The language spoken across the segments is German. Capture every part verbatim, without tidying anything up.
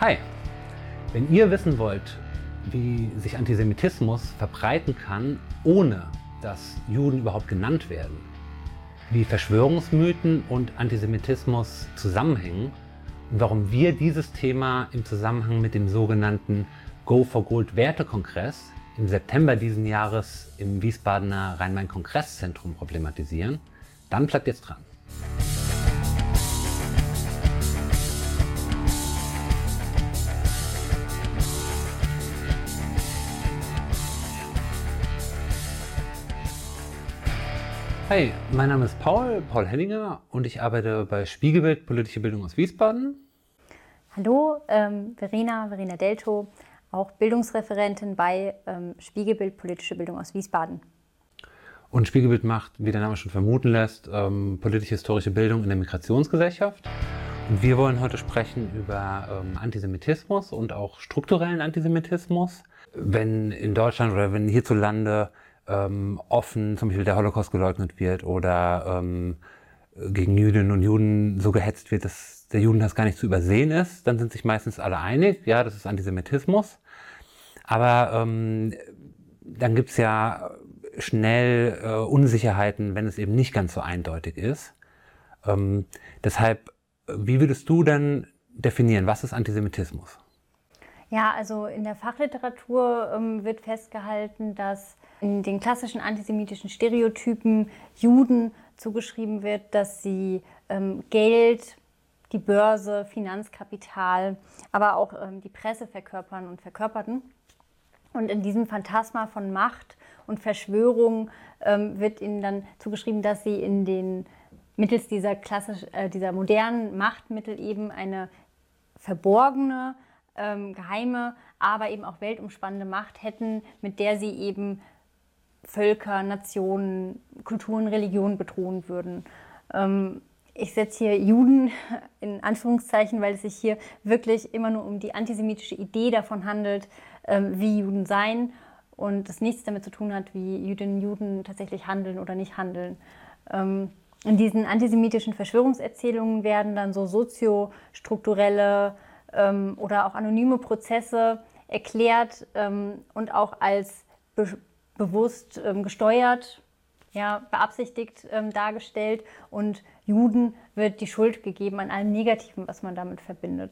Hi! Wenn ihr wissen wollt, wie sich Antisemitismus verbreiten kann, ohne dass Juden überhaupt genannt werden, wie Verschwörungsmythen und Antisemitismus zusammenhängen und warum wir dieses Thema im Zusammenhang mit dem sogenannten Go for Gold Wertekongress im September diesen Jahres im Wiesbadener Rhein-Main-Kongress-Zentrum problematisieren, dann bleibt jetzt dran. Hi, mein Name ist Paul, Paul Henninger und ich arbeite bei Spiegelbild Politische Bildung aus Wiesbaden. Hallo, ähm, Verena, Verena Delto, auch Bildungsreferentin bei ähm, Spiegelbild Politische Bildung aus Wiesbaden. Und Spiegelbild macht, wie der Name schon vermuten lässt, ähm, politisch-historische Bildung in der Migrationsgesellschaft. Und wir wollen heute sprechen über ähm, Antisemitismus und auch strukturellen Antisemitismus. Wenn in Deutschland oder wenn hierzulande ähm, offen zum Beispiel der Holocaust geleugnet wird oder ähm, gegen Jüdinnen und Juden so gehetzt wird, dass der Judenhass gar nicht zu übersehen ist, dann sind sich meistens alle einig, ja, das ist Antisemitismus. Aber ähm, dann gibt es ja schnell äh, Unsicherheiten, wenn es eben nicht ganz so eindeutig ist. Ähm, deshalb, wie würdest du denn definieren, was ist Antisemitismus? Ja, also in der Fachliteratur ähm, wird festgehalten, dass in den klassischen antisemitischen Stereotypen Juden zugeschrieben wird, dass sie ähm, Geld, die Börse, Finanzkapital, aber auch ähm, die Presse verkörpern und verkörperten. Und in diesem Phantasma von Macht und Verschwörung ähm, wird ihnen dann zugeschrieben, dass sie in den mittels dieser klassisch, äh, dieser modernen Machtmittel eben eine verborgene, ähm, geheime, aber eben auch weltumspannende Macht hätten, mit der sie eben Völker, Nationen, Kulturen, Religionen bedrohen würden. Ähm, ich setze hier Juden in Anführungszeichen, weil es sich hier wirklich immer nur um die antisemitische Idee davon handelt, ähm, wie Juden seien und es nichts damit zu tun hat, wie Jüdinnen und Juden tatsächlich handeln oder nicht handeln. Ähm, in diesen antisemitischen Verschwörungserzählungen werden dann so soziostrukturelle ähm, oder auch anonyme Prozesse erklärt ähm, und auch als be bewusst ähm, gesteuert, ja, beabsichtigt ähm, dargestellt, und Juden wird die Schuld gegeben an allem Negativen, was man damit verbindet.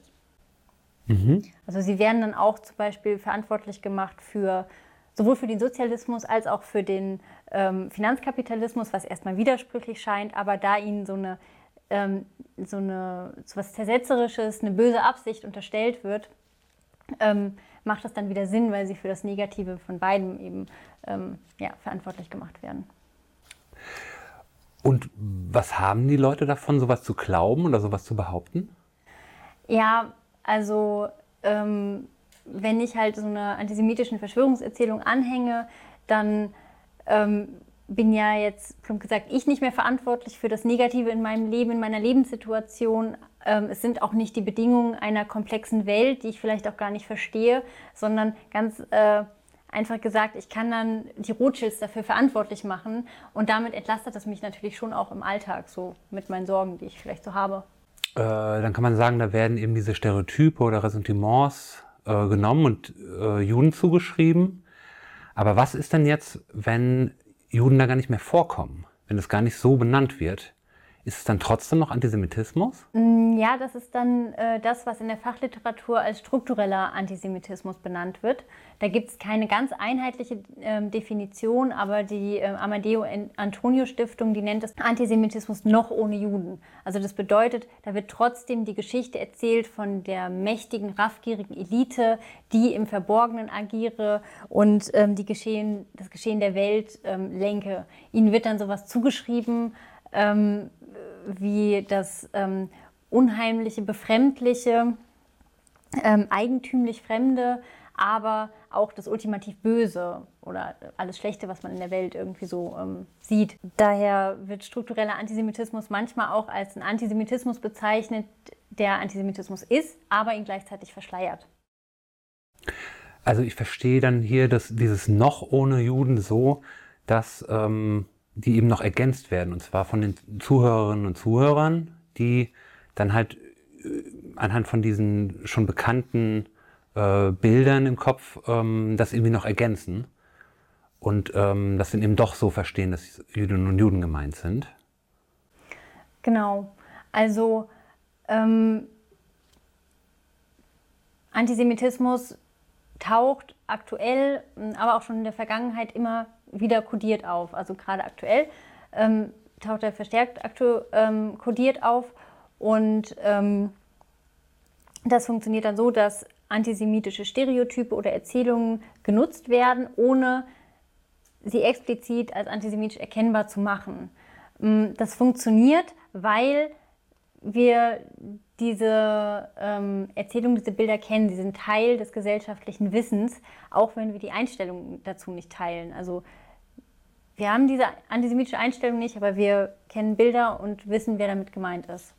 Mhm. Also sie werden dann auch zum Beispiel verantwortlich gemacht für sowohl für den Sozialismus als auch für den ähm, Finanzkapitalismus, was erstmal widersprüchlich scheint, aber da ihnen so eine ähm, so eine so was Zersetzerisches, eine böse Absicht unterstellt wird, ähm, macht das dann wieder Sinn, weil sie für das Negative von beidem eben ähm, ja, verantwortlich gemacht werden. Und was haben die Leute davon, sowas zu glauben oder sowas zu behaupten? Ja, also ähm, wenn ich halt so einer antisemitischen Verschwörungserzählung anhänge, dann ähm, bin ja jetzt, plump gesagt, ich nicht mehr verantwortlich für das Negative in meinem Leben, in meiner Lebenssituation. Ähm, es sind auch nicht die Bedingungen einer komplexen Welt, die ich vielleicht auch gar nicht verstehe, sondern ganz äh, einfach gesagt, ich kann dann die Rothschilds dafür verantwortlich machen, und damit entlastet das mich natürlich schon auch im Alltag, so mit meinen Sorgen, die ich vielleicht so habe. Äh, dann kann man sagen, da werden eben diese Stereotype oder Ressentiments äh, genommen und äh, Juden zugeschrieben. Aber was ist denn jetzt, wenn Juden da gar nicht mehr vorkommen, wenn es gar nicht so benannt wird? Ist es dann trotzdem noch Antisemitismus? Ja, das ist dann äh, das, was in der Fachliteratur als struktureller Antisemitismus benannt wird. Da gibt es keine ganz einheitliche ähm, Definition, aber die äh, Amadeo Antonio Stiftung, die nennt es Antisemitismus noch ohne Juden. Also das bedeutet, da wird trotzdem die Geschichte erzählt von der mächtigen, raffgierigen Elite, die im Verborgenen agiere und ähm, die Geschehen, das Geschehen der Welt ähm, lenke. Ihnen wird dann sowas zugeschrieben, ähm, wie das ähm, unheimliche, befremdliche, ähm, eigentümlich Fremde, aber auch das ultimativ Böse oder alles Schlechte, was man in der Welt irgendwie so ähm, sieht. Daher wird struktureller Antisemitismus manchmal auch als ein Antisemitismus bezeichnet, der Antisemitismus ist, aber ihn gleichzeitig verschleiert. Also ich verstehe dann hier dass dieses noch ohne Juden so, dass ähm die eben noch ergänzt werden, und zwar von den Zuhörerinnen und Zuhörern, die dann halt anhand von diesen schon bekannten äh, Bildern im Kopf ähm, das irgendwie noch ergänzen und ähm, dass wir eben doch so verstehen, dass Jüdinnen und Juden gemeint sind. Genau, also ähm, Antisemitismus taucht aktuell, aber auch schon in der Vergangenheit immer wieder kodiert auf. Also gerade aktuell ähm, taucht er verstärkt aktu ähm, kodiert auf und ähm, das funktioniert dann so, dass antisemitische Stereotype oder Erzählungen genutzt werden, ohne sie explizit als antisemitisch erkennbar zu machen. Das funktioniert, weil wir diese ähm, Erzählungen, diese Bilder kennen. Sie sind Teil des gesellschaftlichen Wissens, auch wenn wir die Einstellung dazu nicht teilen. Also wir haben diese antisemitische Einstellung nicht, aber wir kennen Bilder und wissen, wer damit gemeint ist.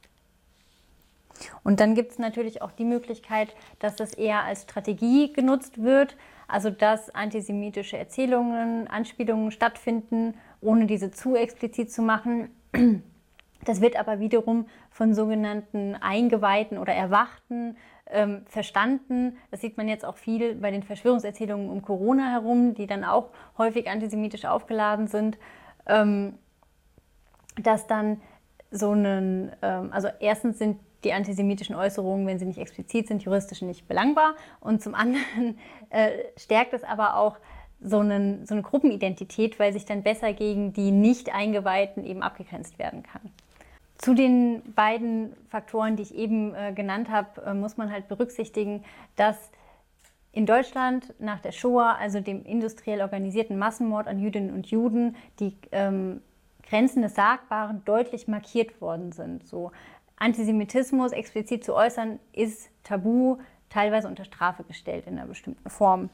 Und dann gibt es natürlich auch die Möglichkeit, dass das eher als Strategie genutzt wird, also dass antisemitische Erzählungen, Anspielungen stattfinden, ohne diese zu explizit zu machen. Das wird aber wiederum von sogenannten Eingeweihten oder Erwachten ähm, verstanden. Das sieht man jetzt auch viel bei den Verschwörungserzählungen um Corona herum, die dann auch häufig antisemitisch aufgeladen sind, ähm, dass dann so einen, ähm, also erstens sind die antisemitischen Äußerungen, wenn sie nicht explizit sind, juristisch nicht belangbar und zum anderen äh, stärkt es aber auch so, einen, so eine Gruppenidentität, weil sich dann besser gegen die Nicht-Eingeweihten eben abgegrenzt werden kann. Zu den beiden Faktoren, die ich eben äh, genannt habe, äh, muss man halt berücksichtigen, dass in Deutschland nach der Shoah, also dem industriell organisierten Massenmord an Jüdinnen und Juden, die ähm, Grenzen des Sagbaren deutlich markiert worden sind. So, Antisemitismus explizit zu äußern, ist tabu, teilweise unter Strafe gestellt in einer bestimmten Form.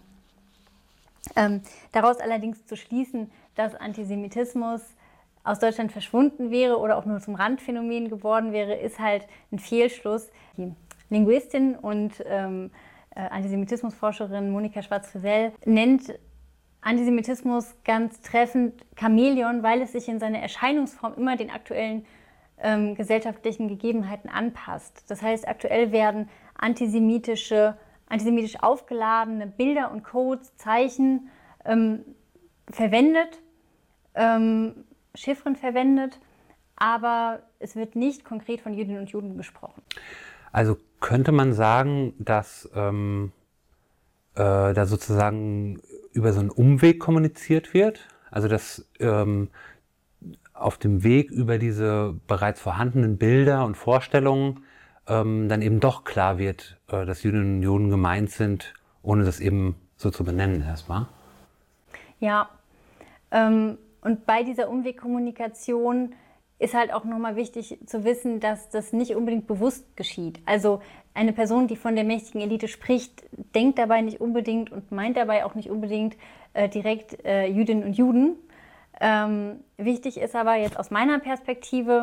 Ähm, daraus allerdings zu schließen, dass Antisemitismus aus Deutschland verschwunden wäre oder auch nur zum Randphänomen geworden wäre, ist halt ein Fehlschluss. Die Linguistin und ähm, äh, Antisemitismusforscherin Monika Schwarz-Frisell nennt Antisemitismus ganz treffend Chamäleon, weil es sich in seiner Erscheinungsform immer den aktuellen ähm, gesellschaftlichen Gegebenheiten anpasst. Das heißt, aktuell werden antisemitische, antisemitisch aufgeladene Bilder und Codes, Zeichen ähm, verwendet, ähm, Chiffren verwendet, aber es wird nicht konkret von Jüdinnen und Juden gesprochen. Also könnte man sagen, dass ähm, äh, da sozusagen über so einen Umweg kommuniziert wird? Also dass ähm, auf dem Weg über diese bereits vorhandenen Bilder und Vorstellungen ähm, dann eben doch klar wird, äh, dass Jüdinnen und Juden gemeint sind, ohne das eben so zu benennen erstmal? Ja, ähm, und bei dieser Umwegkommunikation ist halt auch nochmal wichtig zu wissen, dass das nicht unbedingt bewusst geschieht. Also eine Person, die von der mächtigen Elite spricht, denkt dabei nicht unbedingt und meint dabei auch nicht unbedingt äh, direkt äh, Jüdinnen und Juden. Ähm, wichtig ist aber jetzt aus meiner Perspektive,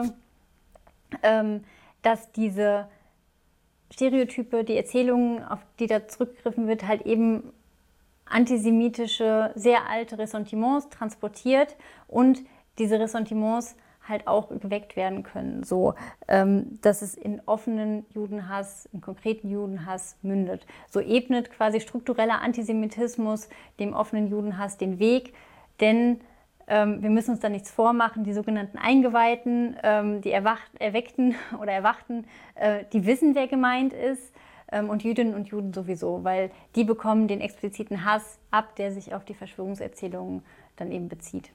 ähm, dass diese Stereotype, die Erzählungen, auf die da zurückgegriffen wird, halt eben antisemitische, sehr alte Ressentiments transportiert und diese Ressentiments halt auch geweckt werden können, so ähm, dass es in offenen Judenhass, in konkreten Judenhass mündet. So ebnet quasi struktureller Antisemitismus dem offenen Judenhass den Weg, denn ähm, wir müssen uns da nichts vormachen, die sogenannten Eingeweihten, ähm, die Erwacht, Erweckten oder Erwachten, äh, die wissen, wer gemeint ist. Und Jüdinnen und Juden sowieso, weil die bekommen den expliziten Hass ab, der sich auf die Verschwörungserzählungen dann eben bezieht.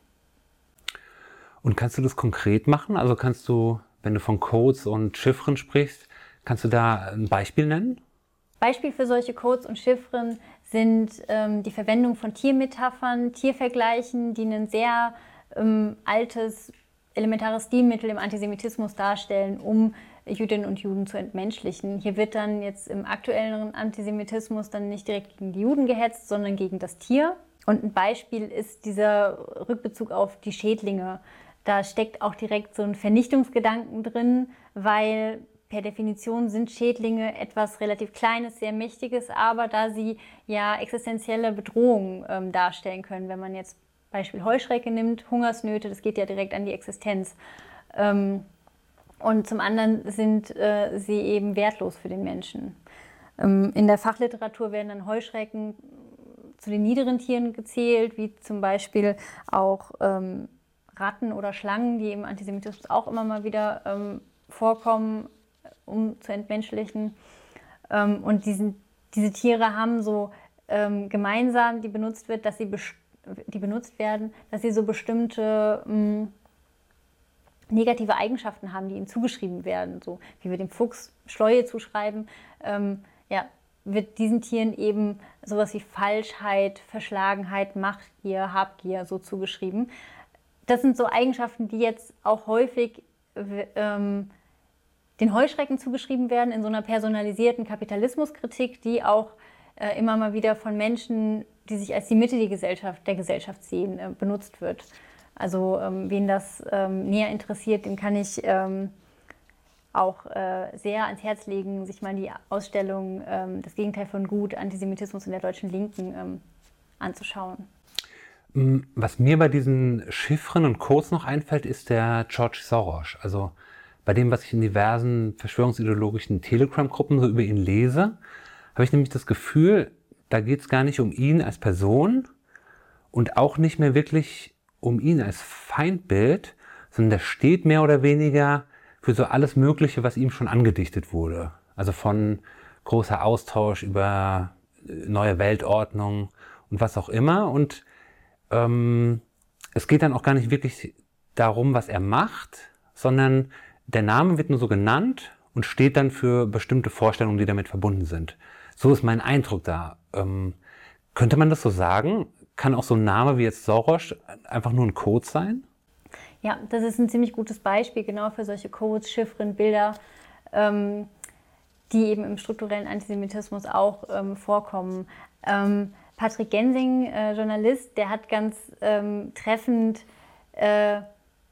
Und kannst du das konkret machen? Also kannst du, wenn du von Codes und Chiffren sprichst, kannst du da ein Beispiel nennen? Beispiel für solche Codes und Chiffren sind ähm, die Verwendung von Tiermetaphern, Tiervergleichen, die ein sehr ähm, altes, elementares Stilmittel im Antisemitismus darstellen, um Jüdinnen und Juden zu entmenschlichen. Hier wird dann jetzt im aktuellen Antisemitismus dann nicht direkt gegen die Juden gehetzt, sondern gegen das Tier. Und ein Beispiel ist dieser Rückbezug auf die Schädlinge. Da steckt auch direkt so ein Vernichtungsgedanken drin, weil per Definition sind Schädlinge etwas relativ Kleines, sehr Mächtiges, aber da sie ja existenzielle Bedrohungen ähm, darstellen können, wenn man jetzt Beispiel Heuschrecke nimmt, Hungersnöte, das geht ja direkt an die Existenz. Ähm, Und zum anderen sind äh, sie eben wertlos für den Menschen. Ähm, in der Fachliteratur werden dann Heuschrecken zu den niederen Tieren gezählt, wie zum Beispiel auch ähm, Ratten oder Schlangen, die im Antisemitismus auch immer mal wieder ähm, vorkommen, um zu entmenschlichen. Ähm, und diesen, diese Tiere haben so ähm, gemeinsam, die benutzt wird, dass sie die benutzt werden, dass sie so bestimmte mh, negative Eigenschaften haben, die ihnen zugeschrieben werden, so wie wir dem Fuchs Schleue zuschreiben, ähm, ja, wird diesen Tieren eben sowas wie Falschheit, Verschlagenheit, Machtgier, Habgier so zugeschrieben. Das sind so Eigenschaften, die jetzt auch häufig ähm, den Heuschrecken zugeschrieben werden in so einer personalisierten Kapitalismuskritik, die auch äh, immer mal wieder von Menschen, die sich als die Mitte der Gesellschaft, der Gesellschaft sehen, äh, benutzt wird. Also ähm, wen das ähm, näher interessiert, dem kann ich ähm, auch äh, sehr ans Herz legen, sich mal die Ausstellung ähm, Das Gegenteil von Gut, Antisemitismus in der deutschen Linken ähm, anzuschauen. Was mir bei diesen Chiffren und Codes noch einfällt, ist der George Soros. Also bei dem, was ich in diversen verschwörungsideologischen Telegram-Gruppen so über ihn lese, habe ich nämlich das Gefühl, da geht es gar nicht um ihn als Person und auch nicht mehr wirklich um ihn als Feindbild, sondern der steht mehr oder weniger für so alles Mögliche, was ihm schon angedichtet wurde. Also von großer Austausch über neue Weltordnung und was auch immer. Und ähm, es geht dann auch gar nicht wirklich darum, was er macht, sondern der Name wird nur so genannt und steht dann für bestimmte Vorstellungen, die damit verbunden sind. So ist mein Eindruck da. Ähm, könnte man das so sagen? Kann auch so ein Name wie jetzt Soros einfach nur ein Code sein? Ja, das ist ein ziemlich gutes Beispiel genau für solche Codes, Chiffren, Bilder, ähm, die eben im strukturellen Antisemitismus auch ähm, vorkommen. Ähm, Patrick Gensing, äh, Journalist, der hat ganz ähm, treffend äh,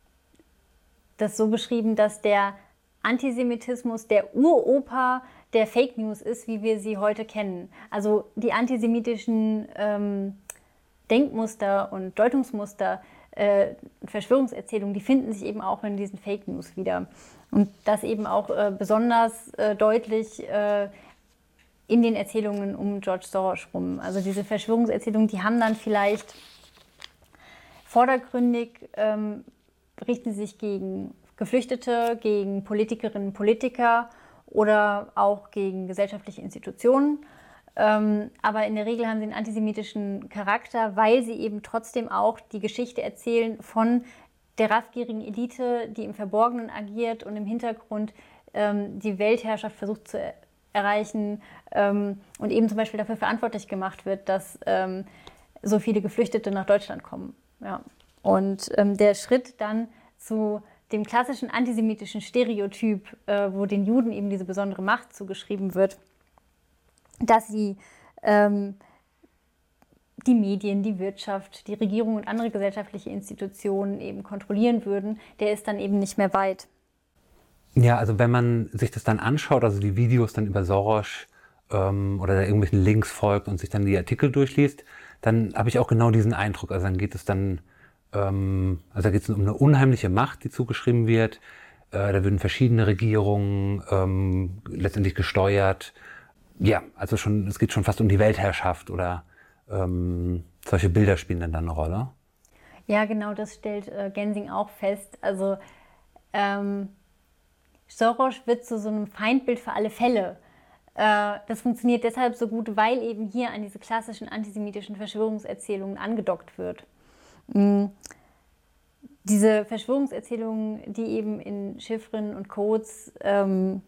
das so beschrieben, dass der Antisemitismus der Uropa der Fake News ist, wie wir sie heute kennen. Also die antisemitischen ähm, Denkmuster und Deutungsmuster, äh, Verschwörungserzählungen, die finden sich eben auch in diesen Fake News wieder. Und das eben auch äh, besonders äh, deutlich äh, in den Erzählungen um George Soros rum. Also diese Verschwörungserzählungen, die haben dann vielleicht vordergründig, ähm, richten sich gegen Geflüchtete, gegen Politikerinnen und Politiker oder auch gegen gesellschaftliche Institutionen. Ähm, aber in der Regel haben sie einen antisemitischen Charakter, weil sie eben trotzdem auch die Geschichte erzählen von der raffgierigen Elite, die im Verborgenen agiert und im Hintergrund ähm, die Weltherrschaft versucht zu er erreichen ähm, und eben zum Beispiel dafür verantwortlich gemacht wird, dass ähm, so viele Geflüchtete nach Deutschland kommen. Ja. Und ähm, der Schritt dann zu dem klassischen antisemitischen Stereotyp, äh, wo den Juden eben diese besondere Macht zugeschrieben wird, dass sie ähm, die Medien, die Wirtschaft, die Regierung und andere gesellschaftliche Institutionen eben kontrollieren würden, der ist dann eben nicht mehr weit. Ja, also wenn man sich das dann anschaut, also die Videos dann über Soros ähm, oder da irgendwelchen Links folgt und sich dann die Artikel durchliest, dann habe ich auch genau diesen Eindruck. Also dann geht es dann, ähm, also da geht es um eine unheimliche Macht, die zugeschrieben wird. Äh, da würden verschiedene Regierungen ähm, letztendlich gesteuert. Ja, also schon, es geht schon fast um die Weltherrschaft oder ähm, solche Bilder spielen dann, dann eine Rolle. Ja, genau, das stellt äh, Gensing auch fest. Also ähm, Soros wird zu so einem Feindbild für alle Fälle. Äh, das funktioniert deshalb so gut, weil eben hier an diese klassischen antisemitischen Verschwörungserzählungen angedockt wird. Mhm. Diese Verschwörungserzählungen, die eben in Chiffren und Codes ähm,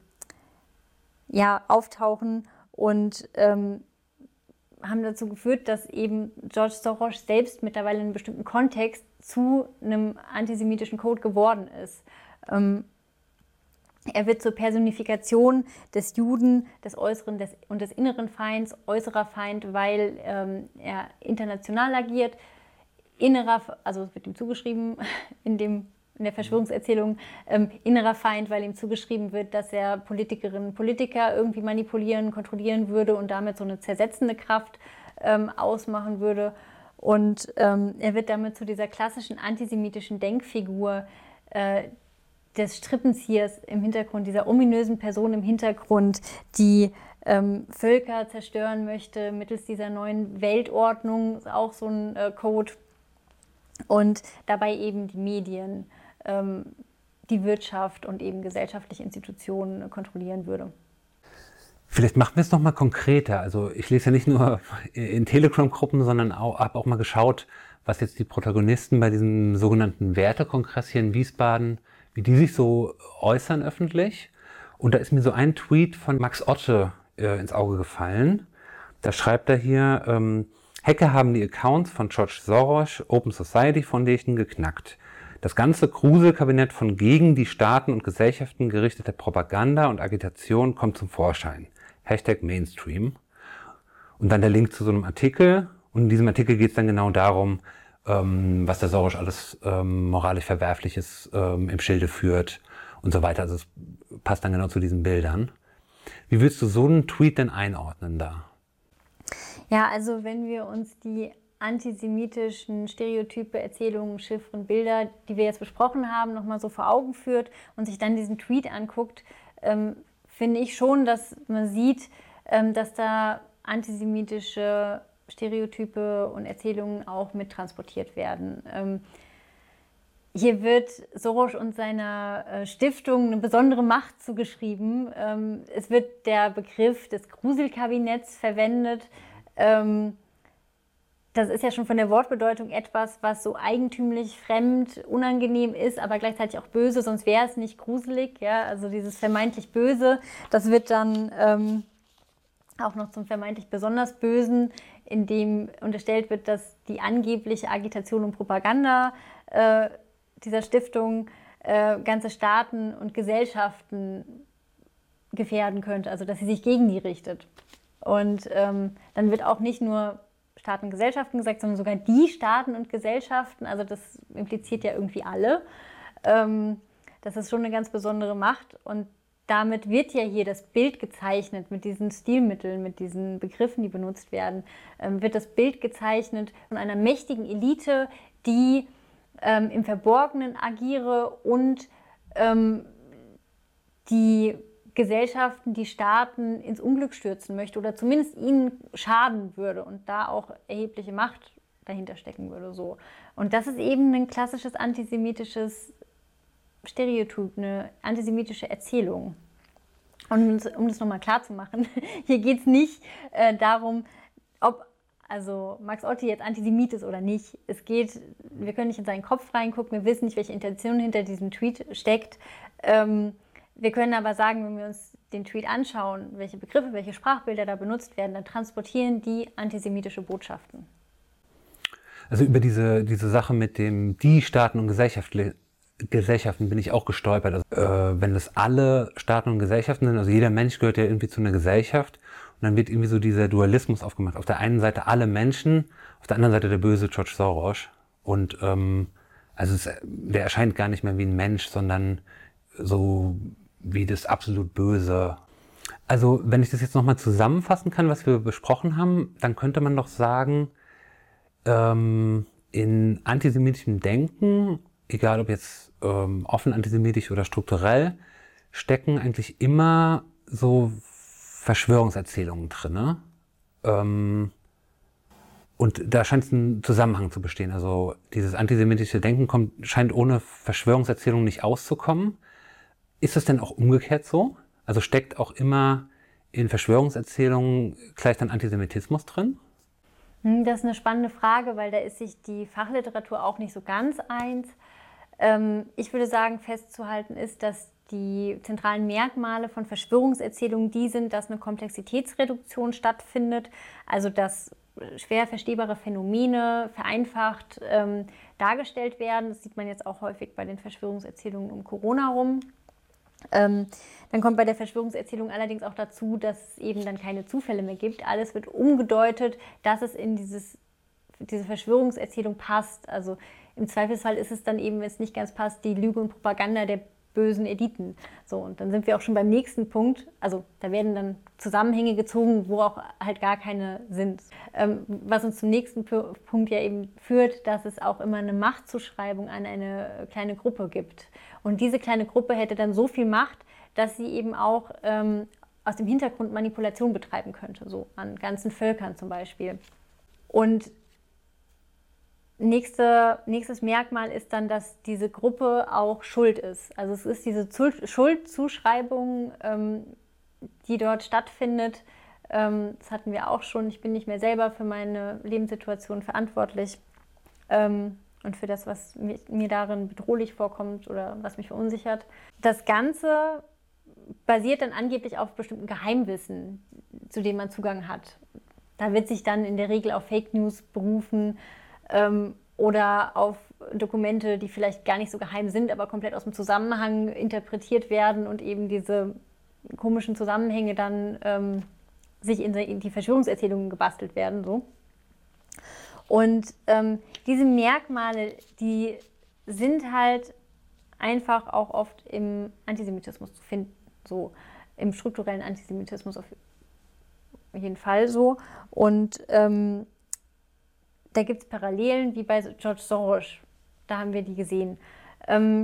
ja, auftauchen und ähm, haben dazu geführt, dass eben George Soros selbst mittlerweile in einem bestimmten Kontext zu einem antisemitischen Code geworden ist. Ähm, er wird zur Personifikation des Juden, des äußeren des, und des inneren Feinds, äußerer Feind, weil ähm, er international agiert, innerer, also es wird ihm zugeschrieben in dem in der Verschwörungserzählung, ähm, innerer Feind, weil ihm zugeschrieben wird, dass er Politikerinnen und Politiker irgendwie manipulieren, kontrollieren würde und damit so eine zersetzende Kraft ähm, ausmachen würde. Und ähm, er wird damit zu dieser klassischen antisemitischen Denkfigur, äh, des Strippenziehers im Hintergrund, dieser ominösen Person im Hintergrund, die ähm, Völker zerstören möchte mittels dieser neuen Weltordnung, ist auch so ein äh, Code. Und dabei eben die Medien, ähm, die Wirtschaft und eben gesellschaftliche Institutionen kontrollieren würde. Vielleicht machen wir es noch mal konkreter. Also ich lese ja nicht nur in Telegram-Gruppen, sondern auch, habe auch mal geschaut, was jetzt die Protagonisten bei diesem sogenannten Wertekongress hier in Wiesbaden, wie die sich so äußern öffentlich. Und da ist mir so ein Tweet von Max Otte äh, ins Auge gefallen. Da schreibt er hier, ähm, Hacker haben die Accounts von George Soros, Open Society Foundation geknackt. Das ganze Gruselkabinett von gegen die Staaten und Gesellschaften gerichteter Propaganda und Agitation kommt zum Vorschein. Hashtag Mainstream. Und dann der Link zu so einem Artikel. Und in diesem Artikel geht es dann genau darum, ähm, was der Soros alles ähm, moralisch Verwerfliches ähm, im Schilde führt und so weiter. Also es passt dann genau zu diesen Bildern. Wie willst du so einen Tweet denn einordnen da? Ja, also wenn wir uns die antisemitischen Stereotype, Erzählungen, Chiffren, Bilder, die wir jetzt besprochen haben, nochmal so vor Augen führt und sich dann diesen Tweet anguckt, ähm, finde ich schon, dass man sieht, ähm, dass da antisemitische Stereotype und Erzählungen auch mit transportiert werden. Ähm, hier wird Soros und seiner äh, Stiftung eine besondere Macht zugeschrieben. Ähm, es wird der Begriff des Gruselkabinetts verwendet. Ähm, das ist ja schon von der Wortbedeutung etwas, was so eigentümlich, fremd, unangenehm ist, aber gleichzeitig auch böse, sonst wäre es nicht gruselig. Ja? Also dieses vermeintlich Böse, das wird dann ähm, auch noch zum vermeintlich besonders Bösen, in dem unterstellt wird, dass die angebliche Agitation und Propaganda äh, dieser Stiftung äh, ganze Staaten und Gesellschaften gefährden könnte, also dass sie sich gegen die richtet. Und ähm, dann wird auch nicht nur Staaten und Gesellschaften gesagt, sondern sogar die Staaten und Gesellschaften, also das impliziert ja irgendwie alle. Ähm, das ist schon eine ganz besondere Macht und damit wird ja hier das Bild gezeichnet mit diesen Stilmitteln, mit diesen Begriffen, die benutzt werden, ähm, wird das Bild gezeichnet von einer mächtigen Elite, die ähm, im Verborgenen agiere und ähm, die Gesellschaften, die Staaten ins Unglück stürzen möchte oder zumindest ihnen schaden würde und da auch erhebliche Macht dahinter stecken würde. So. Und das ist eben ein klassisches antisemitisches Stereotyp, eine antisemitische Erzählung. Und um das nochmal klar zu machen, hier geht es nicht äh, darum, ob also Max Otte jetzt Antisemit ist oder nicht. Es geht, wir können nicht in seinen Kopf reingucken, wir wissen nicht, welche Intention hinter diesem Tweet steckt. Ähm, Wir können aber sagen, wenn wir uns den Tweet anschauen, welche Begriffe, welche Sprachbilder da benutzt werden, dann transportieren die antisemitische Botschaften. Also über diese, diese Sache mit dem die Staaten und Gesellschaften, Gesellschaften bin ich auch gestolpert. Also, äh, wenn das alle Staaten und Gesellschaften sind, also jeder Mensch gehört ja irgendwie zu einer Gesellschaft und dann wird irgendwie so dieser Dualismus aufgemacht. Auf der einen Seite alle Menschen, auf der anderen Seite der böse George Soros. Und ähm, also es, der erscheint gar nicht mehr wie ein Mensch, sondern so wie das absolut Böse. Also wenn ich das jetzt nochmal zusammenfassen kann, was wir besprochen haben, dann könnte man doch sagen, ähm, in antisemitischem Denken, egal ob jetzt ähm, offen antisemitisch oder strukturell, stecken eigentlich immer so Verschwörungserzählungen drin. Ne? Ähm, und da scheint es ein Zusammenhang zu bestehen. Also dieses antisemitische Denken kommt, scheint ohne Verschwörungserzählung nicht auszukommen. Ist es denn auch umgekehrt so? Also steckt auch immer in Verschwörungserzählungen gleich dann Antisemitismus drin? Das ist eine spannende Frage, weil da ist sich die Fachliteratur auch nicht so ganz eins. Ich würde sagen, festzuhalten ist, dass die zentralen Merkmale von Verschwörungserzählungen die sind, dass eine Komplexitätsreduktion stattfindet, also dass schwer verstehbare Phänomene vereinfacht ähm, dargestellt werden. Das sieht man jetzt auch häufig bei den Verschwörungserzählungen um Corona rum. Ähm, dann kommt bei der Verschwörungserzählung allerdings auch dazu, dass es eben dann keine Zufälle mehr gibt. Alles wird umgedeutet, dass es in dieses, diese Verschwörungserzählung passt. Also im Zweifelsfall ist es dann eben, wenn es nicht ganz passt, die Lüge und Propaganda der bösen Eliten. So, und dann sind wir auch schon beim nächsten Punkt. Also da werden dann Zusammenhänge gezogen, wo auch halt gar keine sind. Ähm, was uns zum nächsten P- Punkt ja eben führt, dass es auch immer eine Machtzuschreibung an eine kleine Gruppe gibt. Und diese kleine Gruppe hätte dann so viel Macht, dass sie eben auch ähm, aus dem Hintergrund Manipulation betreiben könnte, so an ganzen Völkern zum Beispiel. Und Nächste, nächstes Merkmal ist dann, dass diese Gruppe auch schuld ist. Also es ist diese Zu- Schuldzuschreibung, ähm, die dort stattfindet. Ähm, das hatten wir auch schon. Ich bin nicht mehr selber für meine Lebenssituation verantwortlich ähm, und für das, was mir, mir darin bedrohlich vorkommt oder was mich verunsichert. Das Ganze basiert dann angeblich auf bestimmten Geheimwissen, zu dem man Zugang hat. Da wird sich dann in der Regel auf Fake News berufen, Ähm, oder auf Dokumente, die vielleicht gar nicht so geheim sind, aber komplett aus dem Zusammenhang interpretiert werden und eben diese komischen Zusammenhänge dann ähm, sich in die, in die Verschwörungserzählungen gebastelt werden. So. Und ähm, diese Merkmale, die sind halt einfach auch oft im Antisemitismus zu finden, so im strukturellen Antisemitismus auf jeden Fall so. Und ähm, da gibt es Parallelen wie bei George Soros, da haben wir die gesehen. Ähm,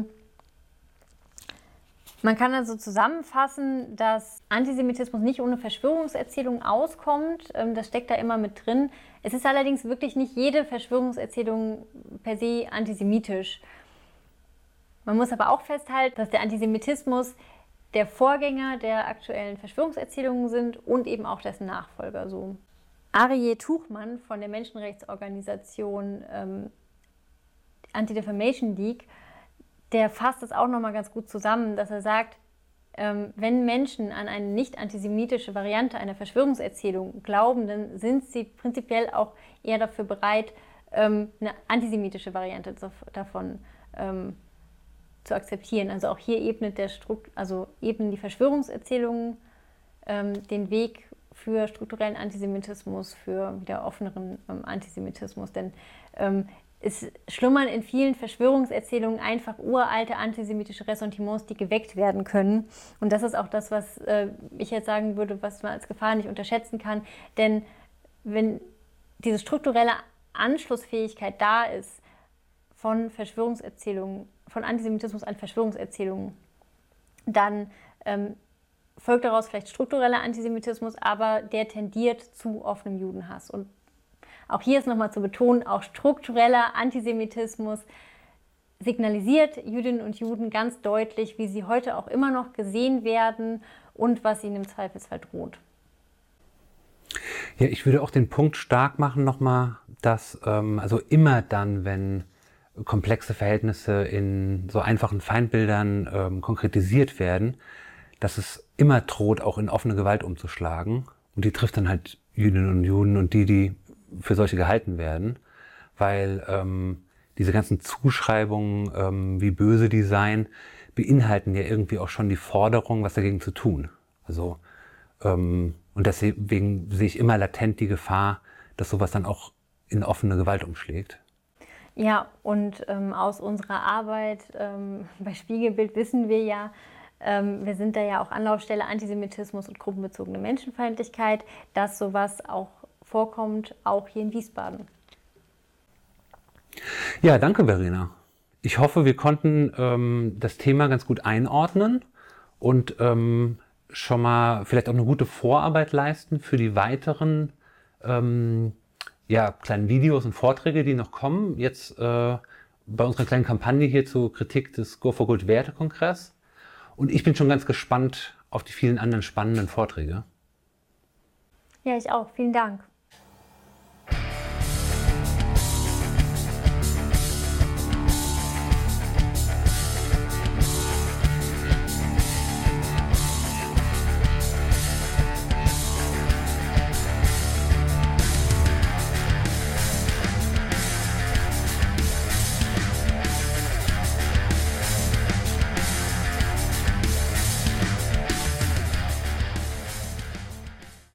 man kann also zusammenfassen, dass Antisemitismus nicht ohne Verschwörungserzählung auskommt. Ähm, das steckt da immer mit drin. Es ist allerdings wirklich nicht jede Verschwörungserzählung per se antisemitisch. Man muss aber auch festhalten, dass der Antisemitismus der Vorgänger der aktuellen Verschwörungserzählungen sind und eben auch dessen Nachfolger. So. Arieh Tuchman von der Menschenrechtsorganisation ähm, Anti-Defamation League, der fasst das auch nochmal ganz gut zusammen, dass er sagt, ähm, wenn Menschen an eine nicht antisemitische Variante einer Verschwörungserzählung glauben, dann sind sie prinzipiell auch eher dafür bereit, ähm, eine antisemitische Variante zu, davon ähm, zu akzeptieren. Also auch hier ebnet, der Strukt, also ebnen die Verschwörungserzählungen ähm, den Weg für strukturellen Antisemitismus, für wieder offeneren ähm, Antisemitismus. Denn ähm, es schlummern in vielen Verschwörungserzählungen einfach uralte antisemitische Ressentiments, die geweckt werden können. Und das ist auch das, was äh, ich jetzt sagen würde, was man als Gefahr nicht unterschätzen kann. Denn wenn diese strukturelle Anschlussfähigkeit da ist von Verschwörungserzählungen, von Antisemitismus an Verschwörungserzählungen, dann ähm, folgt daraus vielleicht struktureller Antisemitismus, aber der tendiert zu offenem Judenhass. Und auch hier ist nochmal zu betonen, auch struktureller Antisemitismus signalisiert Jüdinnen und Juden ganz deutlich, wie sie heute auch immer noch gesehen werden und was ihnen im Zweifelsfall droht. Ja, ich würde auch den Punkt stark machen nochmal, dass ähm, also immer dann, wenn komplexe Verhältnisse in so einfachen Feindbildern ähm, konkretisiert werden, dass es immer droht, auch in offene Gewalt umzuschlagen. Und die trifft dann halt Jüdinnen und Juden und die, die für solche gehalten werden. Weil ähm, diese ganzen Zuschreibungen, ähm, wie böse die seien, beinhalten ja irgendwie auch schon die Forderung, was dagegen zu tun. Also ähm, und deswegen sehe ich immer latent die Gefahr, dass sowas dann auch in offene Gewalt umschlägt. Ja, und ähm, aus unserer Arbeit ähm, bei Spiegelbild wissen wir ja, ähm, wir sind da ja auch Anlaufstelle Antisemitismus und gruppenbezogene Menschenfeindlichkeit, dass sowas auch vorkommt, auch hier in Wiesbaden. Ja, danke Verena. Ich hoffe, wir konnten ähm, das Thema ganz gut einordnen und ähm, schon mal vielleicht auch eine gute Vorarbeit leisten für die weiteren ähm, ja, kleinen Videos und Vorträge, die noch kommen. Jetzt äh, bei unserer kleinen Kampagne hier zur Kritik des Go for Gold Wertekongress. Und ich bin schon ganz gespannt auf die vielen anderen spannenden Vorträge. Ja, ich auch. Vielen Dank.